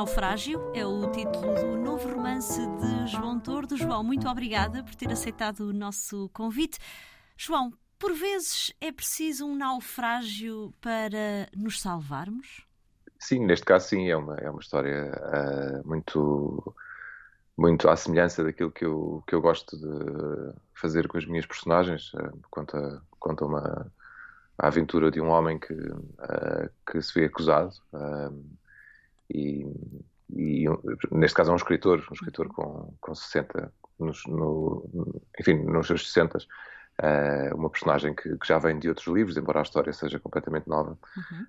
Naufrágio é o título do novo romance de João Tordo. João, muito obrigada por ter aceitado o nosso convite. João, por vezes é preciso um naufrágio para nos salvarmos? Sim, neste caso sim, é uma história muito à semelhança daquilo que eu gosto de fazer com as minhas personagens. Conta a aventura de um homem que se vê acusado, e, neste caso é um escritor com 60, enfim, nos seus 60, uma personagem que já vem de outros livros, embora a história seja completamente nova. Uhum.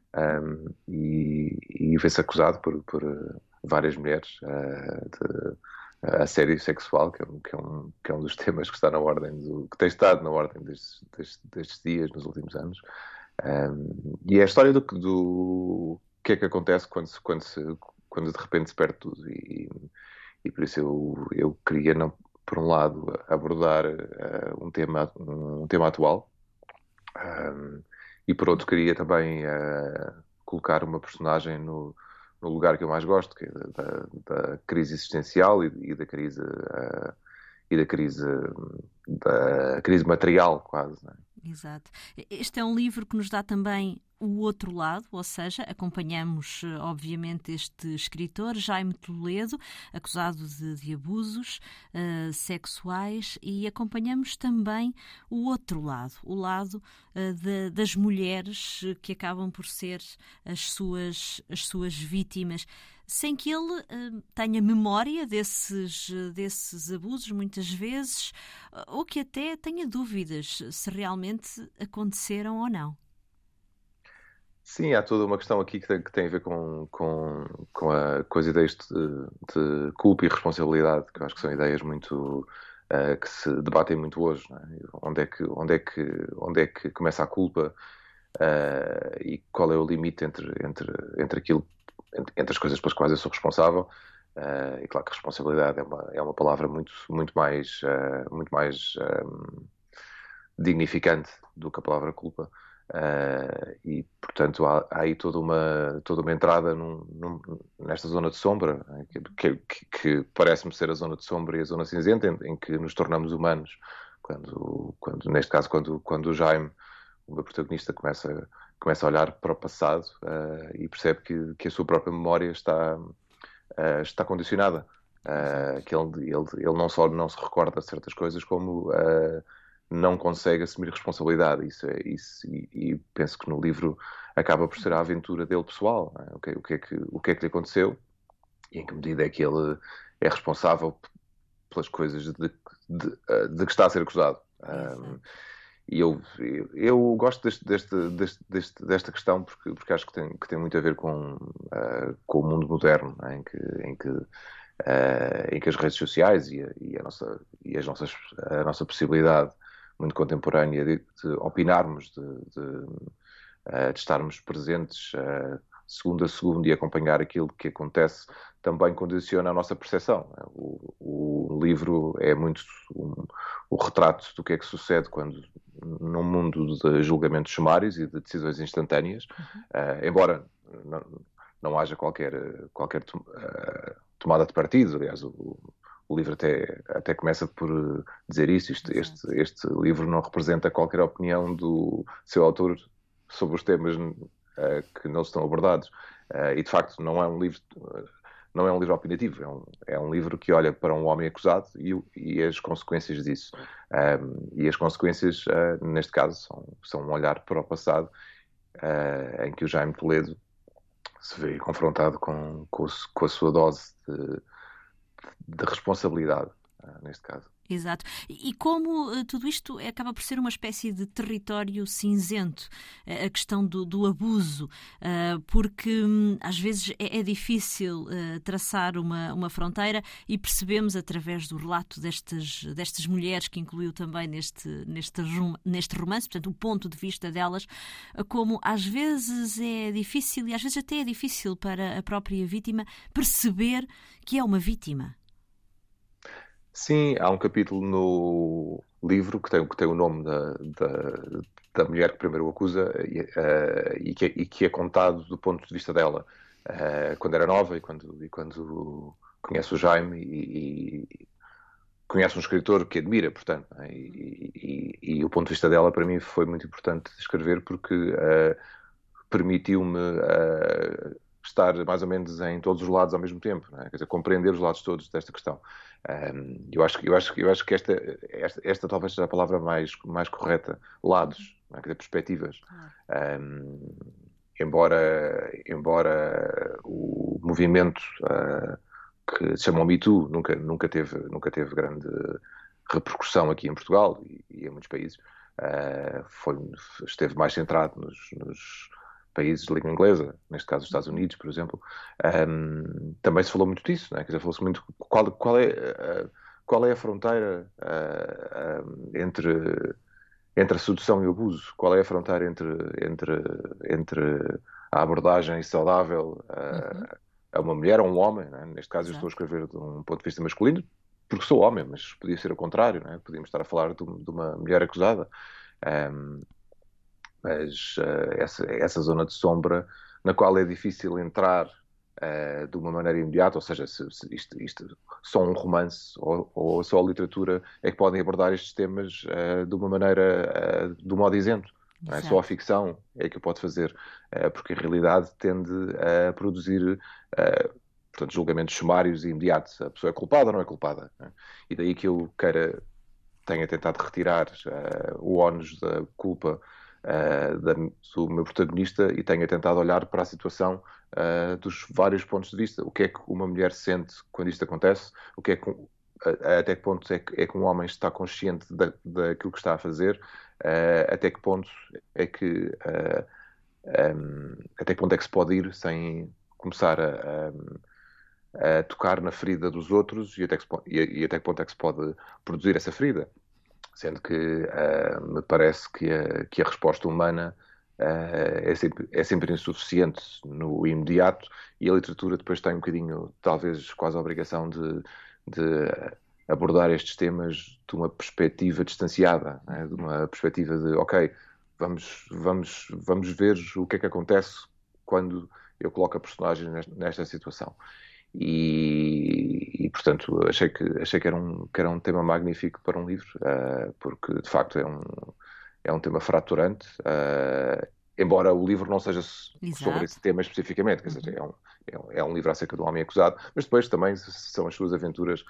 E vê-se acusado por várias mulheres de assédio sexual, que é um dos temas que está na ordem que tem estado na ordem destes dias, nos últimos anos. E é a história do que é que acontece quando de repente se perde tudo. E por isso eu queria, não, por um lado, abordar um tema atual, e por outro queria também colocar uma personagem no lugar que eu mais gosto, que é da crise existencial e da crise material, quase, não é? Exato. Este é um livro que nos dá também o outro lado, ou seja, acompanhamos, obviamente, este escritor, Jaime Toledo, acusado de abusos sexuais, e acompanhamos também o outro lado, o lado das mulheres que acabam por ser as suas vítimas, sem que ele tenha memória desses abusos, muitas vezes, ou que até tenha dúvidas se realmente aconteceram ou não. Sim, há toda uma questão aqui que tem a ver com as ideias de culpa e responsabilidade, que eu acho que são ideias muito que se debatem muito hoje, não é? Onde é que começa a culpa, e qual é o limite entre aquilo, entre as coisas pelas quais eu sou responsável. E claro que responsabilidade é uma palavra muito mais dignificante do que a palavra culpa. E portanto há aí toda uma entrada nesta zona de sombra, né, que parece-me ser a zona de sombra e a zona cinzenta, em que nos tornamos humanos neste caso, quando o Jaime, o meu protagonista, começa a olhar para o passado, e percebe que a sua própria memória está condicionada. Que ele não só não se recorda de certas coisas, como não consegue assumir responsabilidade. E penso que no livro acaba por ser a aventura dele pessoal, não é? O que é que lhe aconteceu e em que medida é que ele é responsável pelas coisas de que está a ser acusado. E eu gosto desta questão, porque acho que tem muito a ver com o mundo moderno, né, em que as redes sociais a nossa possibilidade muito contemporânea de opinarmos, de estarmos presentes segundo a segundo e acompanhar aquilo que acontece, também condiciona a nossa percepção. O livro é muito o retrato do que é que sucede num mundo de julgamentos sumários e de decisões instantâneas, embora não haja qualquer tomada de partido. Aliás, o livro até começa por dizer isso. Este livro não representa qualquer opinião do seu autor sobre os temas que não estão abordados. E de facto não é um livro opinativo, é um livro que olha para um homem acusado e as consequências disso. E as consequências, neste caso, são um olhar para o passado, em que o Jaime Toledo se vê confrontado com a sua dose de responsabilidade, neste caso. Exato. E como tudo isto acaba por ser uma espécie de território cinzento, a questão do abuso, porque às vezes é difícil traçar uma fronteira, e percebemos através do relato destas mulheres, que incluiu também neste romance, portanto o ponto de vista delas, como às vezes é difícil, e às vezes até é difícil para a própria vítima perceber que é uma vítima. Sim, há um capítulo no livro que tem o nome da mulher que primeiro o acusa, e que é contado do ponto de vista dela. quando era nova e quando conhece o Jaime e conhece um escritor que admira, portanto, e o ponto de vista dela para mim foi muito importante escrever porque permitiu-me estar mais ou menos em todos os lados ao mesmo tempo, não é? Quer dizer, compreender os lados todos desta questão. Eu acho que esta talvez seja a palavra mais correta, lados, não é? Quer dizer, perspectivas. Embora o movimento que se chamou Me Too nunca teve grande repercussão aqui em Portugal e em muitos países, esteve mais centrado nos países de língua inglesa, neste caso os Estados Unidos, por exemplo. Também se falou muito disso, né? Quer dizer, falou-se muito qual é a fronteira entre a sedução e o abuso, qual é a fronteira entre a abordagem saudável a uma mulher ou a um homem, né? Neste caso eu estou a escrever de um ponto de vista masculino, porque sou homem, mas podia ser o contrário, né? Podíamos estar a falar de uma mulher acusada. Mas essa zona de sombra na qual é difícil entrar de uma maneira imediata, ou seja, se isto só um romance ou só a literatura é que podem abordar estes temas de uma maneira, de um modo isento. Não é? Só a ficção é que o pode fazer, porque a realidade tende a produzir portanto, julgamentos sumários e imediatos. A pessoa é culpada ou não é culpada? Não é? E daí que eu tenha tentado retirar o ónus da culpa do meu protagonista e tenha tentado olhar para a situação dos vários pontos de vista. O que é que uma mulher sente quando isto acontece? Até que ponto é que um homem está consciente daquilo que está a fazer? Até que ponto é que se pode ir sem começar a tocar na ferida dos outros e até que ponto é que se pode produzir essa ferida? Sendo que me parece que a resposta humana é sempre insuficiente no imediato e a literatura depois tem um bocadinho, talvez quase a obrigação de abordar estes temas de uma perspectiva distanciada, né? De uma perspectiva de, ok, vamos ver o que é que acontece quando eu coloco a personagem nesta situação. E portanto achei que era um tema magnífico para um livro, porque de facto é um tema fraturante, embora o livro não seja sobre esse tema especificamente, quer dizer, é um livro acerca de um homem acusado, mas depois também são as suas aventuras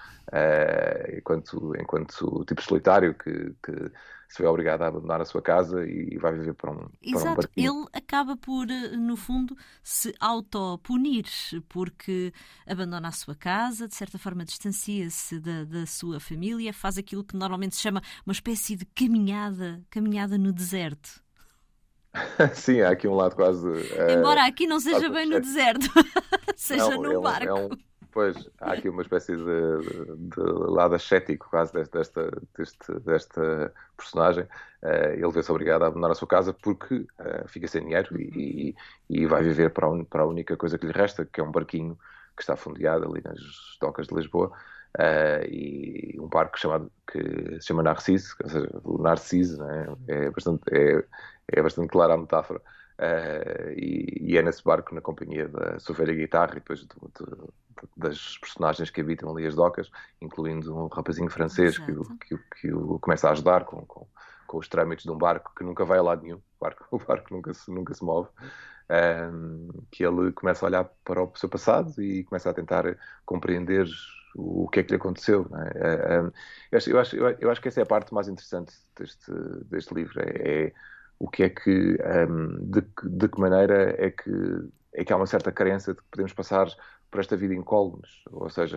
enquanto tipo solitário que se vê obrigado a abandonar a sua casa e vai viver para um barquinho. Ele acaba por, no fundo, se autopunir, porque abandona a sua casa, de certa forma distancia-se da sua família, faz aquilo que normalmente se chama uma espécie de caminhada no deserto. Sim, há aqui um lado quase... Embora aqui não seja bem no deserto, seja num barco. Pois, há aqui uma espécie de lado ascético quase desta personagem. Ele vê-se obrigado a abandonar a sua casa porque fica sem dinheiro e vai viver para a única coisa que lhe resta, que é um barquinho que está fundeado ali nas docas de Lisboa. E um barco que se chama Narciso, ou seja, o Narciso, né? É bastante clara a metáfora. E é nesse barco, na companhia da sua velha guitarra e depois das personagens que habitam ali as docas, incluindo um rapazinho francês que o começa a ajudar com os trâmites de um barco que nunca vai a lado nenhum. O barco nunca se move. Que ele começa a olhar para o seu passado e começa a tentar compreender o que é que lhe aconteceu. Não é? Eu acho que essa é a parte mais interessante deste livro. É o que é que, de que maneira é que há uma certa carência de que podemos passar por esta vida incólumes, ou seja,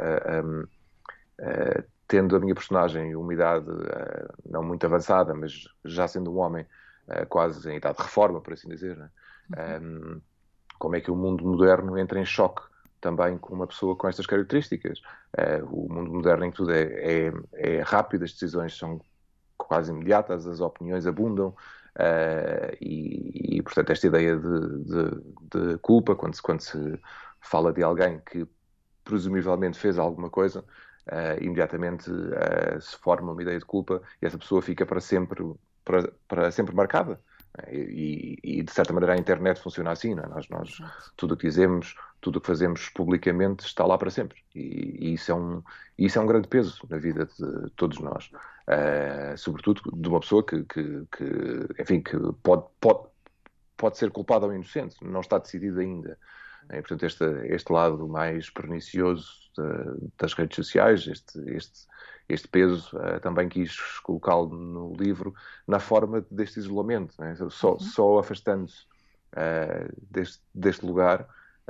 tendo a minha personagem uma idade não muito avançada, mas já sendo um homem quase em idade de reforma, por assim dizer, né? Como é que o mundo moderno entra em choque também com uma pessoa com estas características? O mundo moderno em que tudo é rápido, as decisões são quase imediatas, as opiniões abundam, e portanto esta ideia de culpa, quando se fala de alguém que presumivelmente fez alguma coisa, imediatamente se forma uma ideia de culpa e essa pessoa fica para sempre marcada E de certa maneira a internet funciona assim, não é? Nós tudo o que dizemos, tudo o que fazemos publicamente está lá para sempre. E isso é um grande peso na vida de todos nós. Sobretudo de uma pessoa enfim, que pode ser culpada ou inocente, não está decidido ainda. E, portanto, este lado mais pernicioso das redes sociais, este peso, também quis colocá-lo no livro na forma deste isolamento, né? Só afastando-se deste lugar,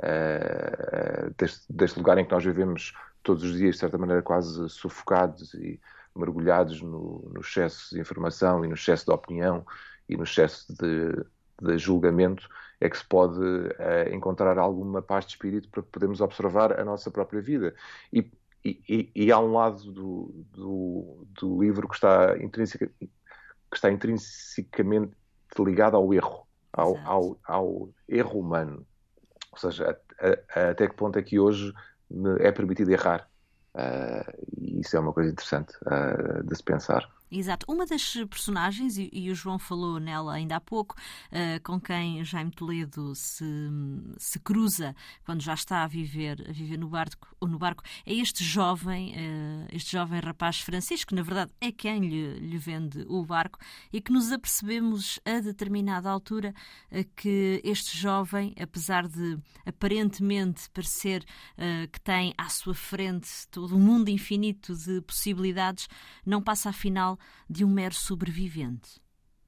deste lugar em que nós vivemos todos os dias, de certa maneira, quase sufocados e mergulhados no excesso de informação e no excesso de opinião e no excesso de julgamento, é que se pode encontrar alguma paz de espírito para podermos observar a nossa própria vida. E há um lado do livro que está intrinsecamente ligado ao erro, ao erro humano. Ou seja, até que ponto é que hoje me é permitido errar. E isso é uma coisa interessante de se pensar. Exato. Uma das personagens, e o João falou nela ainda há pouco, com quem Jaime Toledo se cruza quando já está a viver no barco, é este jovem rapaz francês, que na verdade é quem lhe vende o barco, e que nos apercebemos a determinada altura que este jovem, apesar de aparentemente parecer que tem à sua frente todo um mundo infinito de possibilidades, não passa afinal de um mero sobrevivente.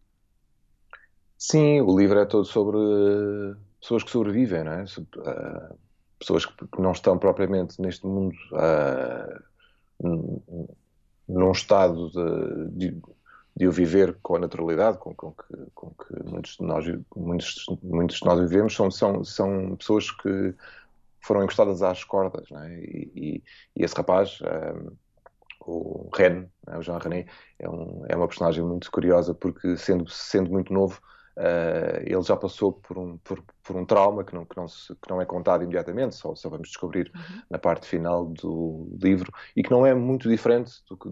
Sim, o livro é todo sobre pessoas que sobrevivem, não é? Pessoas que não estão propriamente neste mundo num estado de o viver com a naturalidade com que muitos de nós vivemos. São pessoas que foram encostadas às cordas, não é? E esse rapaz, o Ren, o Jean René, é uma personagem muito curiosa, porque sendo muito novo, ele já passou por um trauma que não é contado imediatamente, só vamos descobrir na parte final do livro, e que não é muito diferente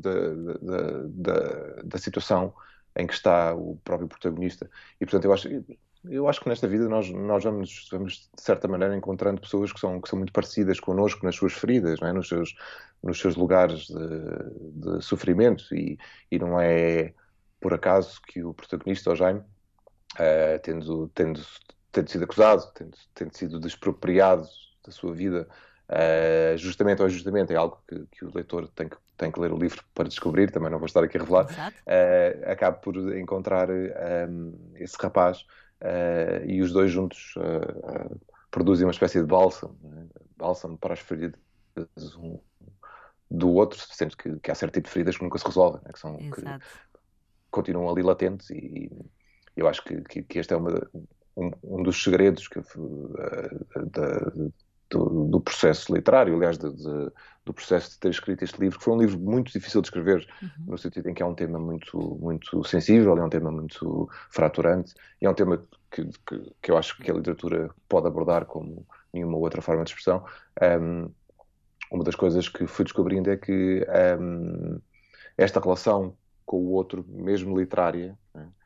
da situação em que está o próprio protagonista. E portanto eu acho que nesta vida nós vamos de certa maneira encontrando pessoas que são muito parecidas connosco nas suas feridas, não é? Nos seus lugares de sofrimento, e não é por acaso que o protagonista, o Jaime, tendo sido acusado, tendo sido despropriado da sua vida, justamente ou injustamente, é algo que o leitor tem que ler o livro para descobrir, também não vou estar aqui a revelar, acaba por encontrar esse rapaz, e os dois juntos produzem uma espécie de bálsamo, né? Bálsamo para as feridas do outro, sendo que há certo tipo de feridas que nunca se resolvem, né? Que continuam ali latentes, e eu acho que este é um dos segredos do processo literário, aliás, do processo de ter escrito este livro, que foi um livro muito difícil de escrever, no sentido em que é um tema muito, muito sensível, é um tema muito fraturante, e é um tema que eu acho que a literatura pode abordar como nenhuma outra forma de expressão. Uma das coisas que fui descobrindo é que esta relação com o outro, mesmo literária,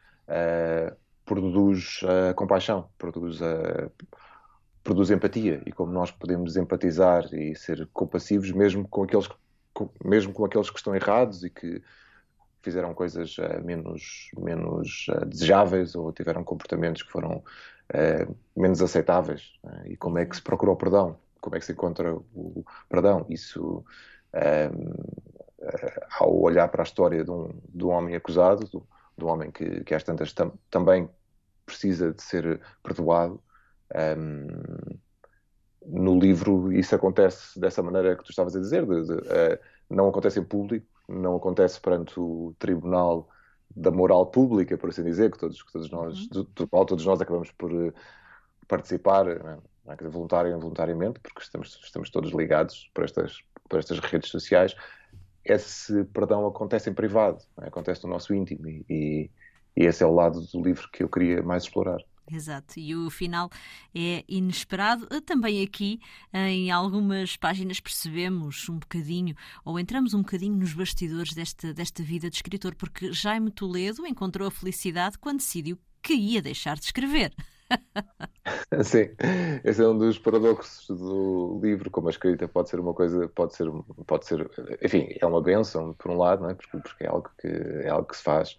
produz compaixão, produz empatia, e como nós podemos empatizar e ser compassivos mesmo com aqueles que estão errados e que fizeram coisas menos desejáveis, ou tiveram comportamentos que foram menos aceitáveis, e como é que se procura o perdão, como é que se encontra o perdão. Isso, ao olhar para a história de um homem acusado, de um homem que às tantas também precisa de ser perdoado, no livro isso acontece dessa maneira que tu estavas a dizer, não acontece em público, não acontece perante o tribunal da moral pública, por assim dizer, que todos nós, do qual todos nós acabamos por participar, não é? Voluntariamente, porque estamos todos ligados por estas redes sociais. Esse perdão acontece em privado, não é? Acontece no nosso íntimo, e esse é o lado do livro que eu queria mais explorar. Exato, e o final é inesperado. Também aqui, em algumas páginas, percebemos um bocadinho, ou entramos um bocadinho nos bastidores desta vida de escritor, porque Jaime Toledo encontrou a felicidade quando decidiu que ia deixar de escrever. Sim, esse é um dos paradoxos do livro, como a escrita pode ser uma coisa, pode ser, enfim, é uma bênção, por um lado, não é? Porque é algo que se faz,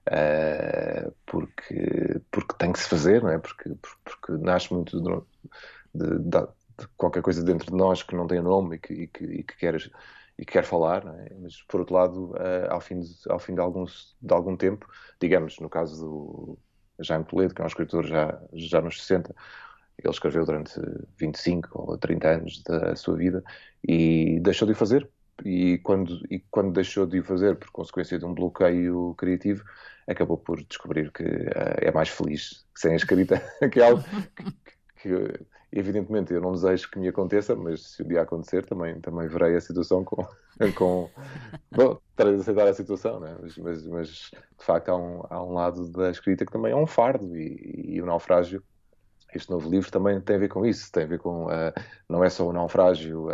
porque tem que se fazer, não é? Porque nasce muito de qualquer coisa dentro de nós que não tem nome e que quer falar, não é? Mas, por outro lado, ao fim de algum tempo, digamos, no caso do Jaime Toledo, que é um escritor já nos 60, ele escreveu durante 25 ou 30 anos da sua vida e deixou de o fazer. E quando deixou de o fazer, por consequência de um bloqueio criativo, acabou por descobrir que é mais feliz sem a escrita, que é algo que, evidentemente, eu não desejo que me aconteça, mas se um dia acontecer, também verei a situação com bom, terei de aceitar a situação, né? Mas de facto há um lado da escrita que também é um fardo e o naufrágio, este novo livro também tem a ver com isso, tem a ver com, não é só o naufrágio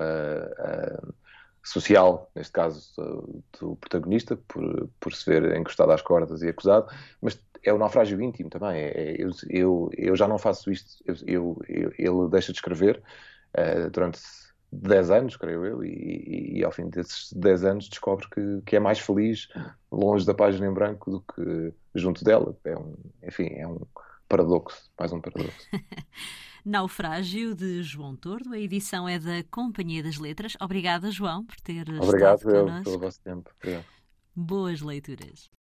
social, neste caso do protagonista, por se ver encostado às cordas e acusado, mas é o naufrágio íntimo também. Eu já não faço isto, ele deixa de escrever durante 10 anos, creio eu, e ao fim desses 10 anos descobre que é mais feliz longe da página em branco do que junto dela. Enfim, é um paradoxo, mais um paradoxo. Naufrágio, de João Tordo. A edição é da Companhia das Letras. Obrigada, João, por ter estado Obrigado pelo connosco. vosso tempo. Obrigado. Boas leituras.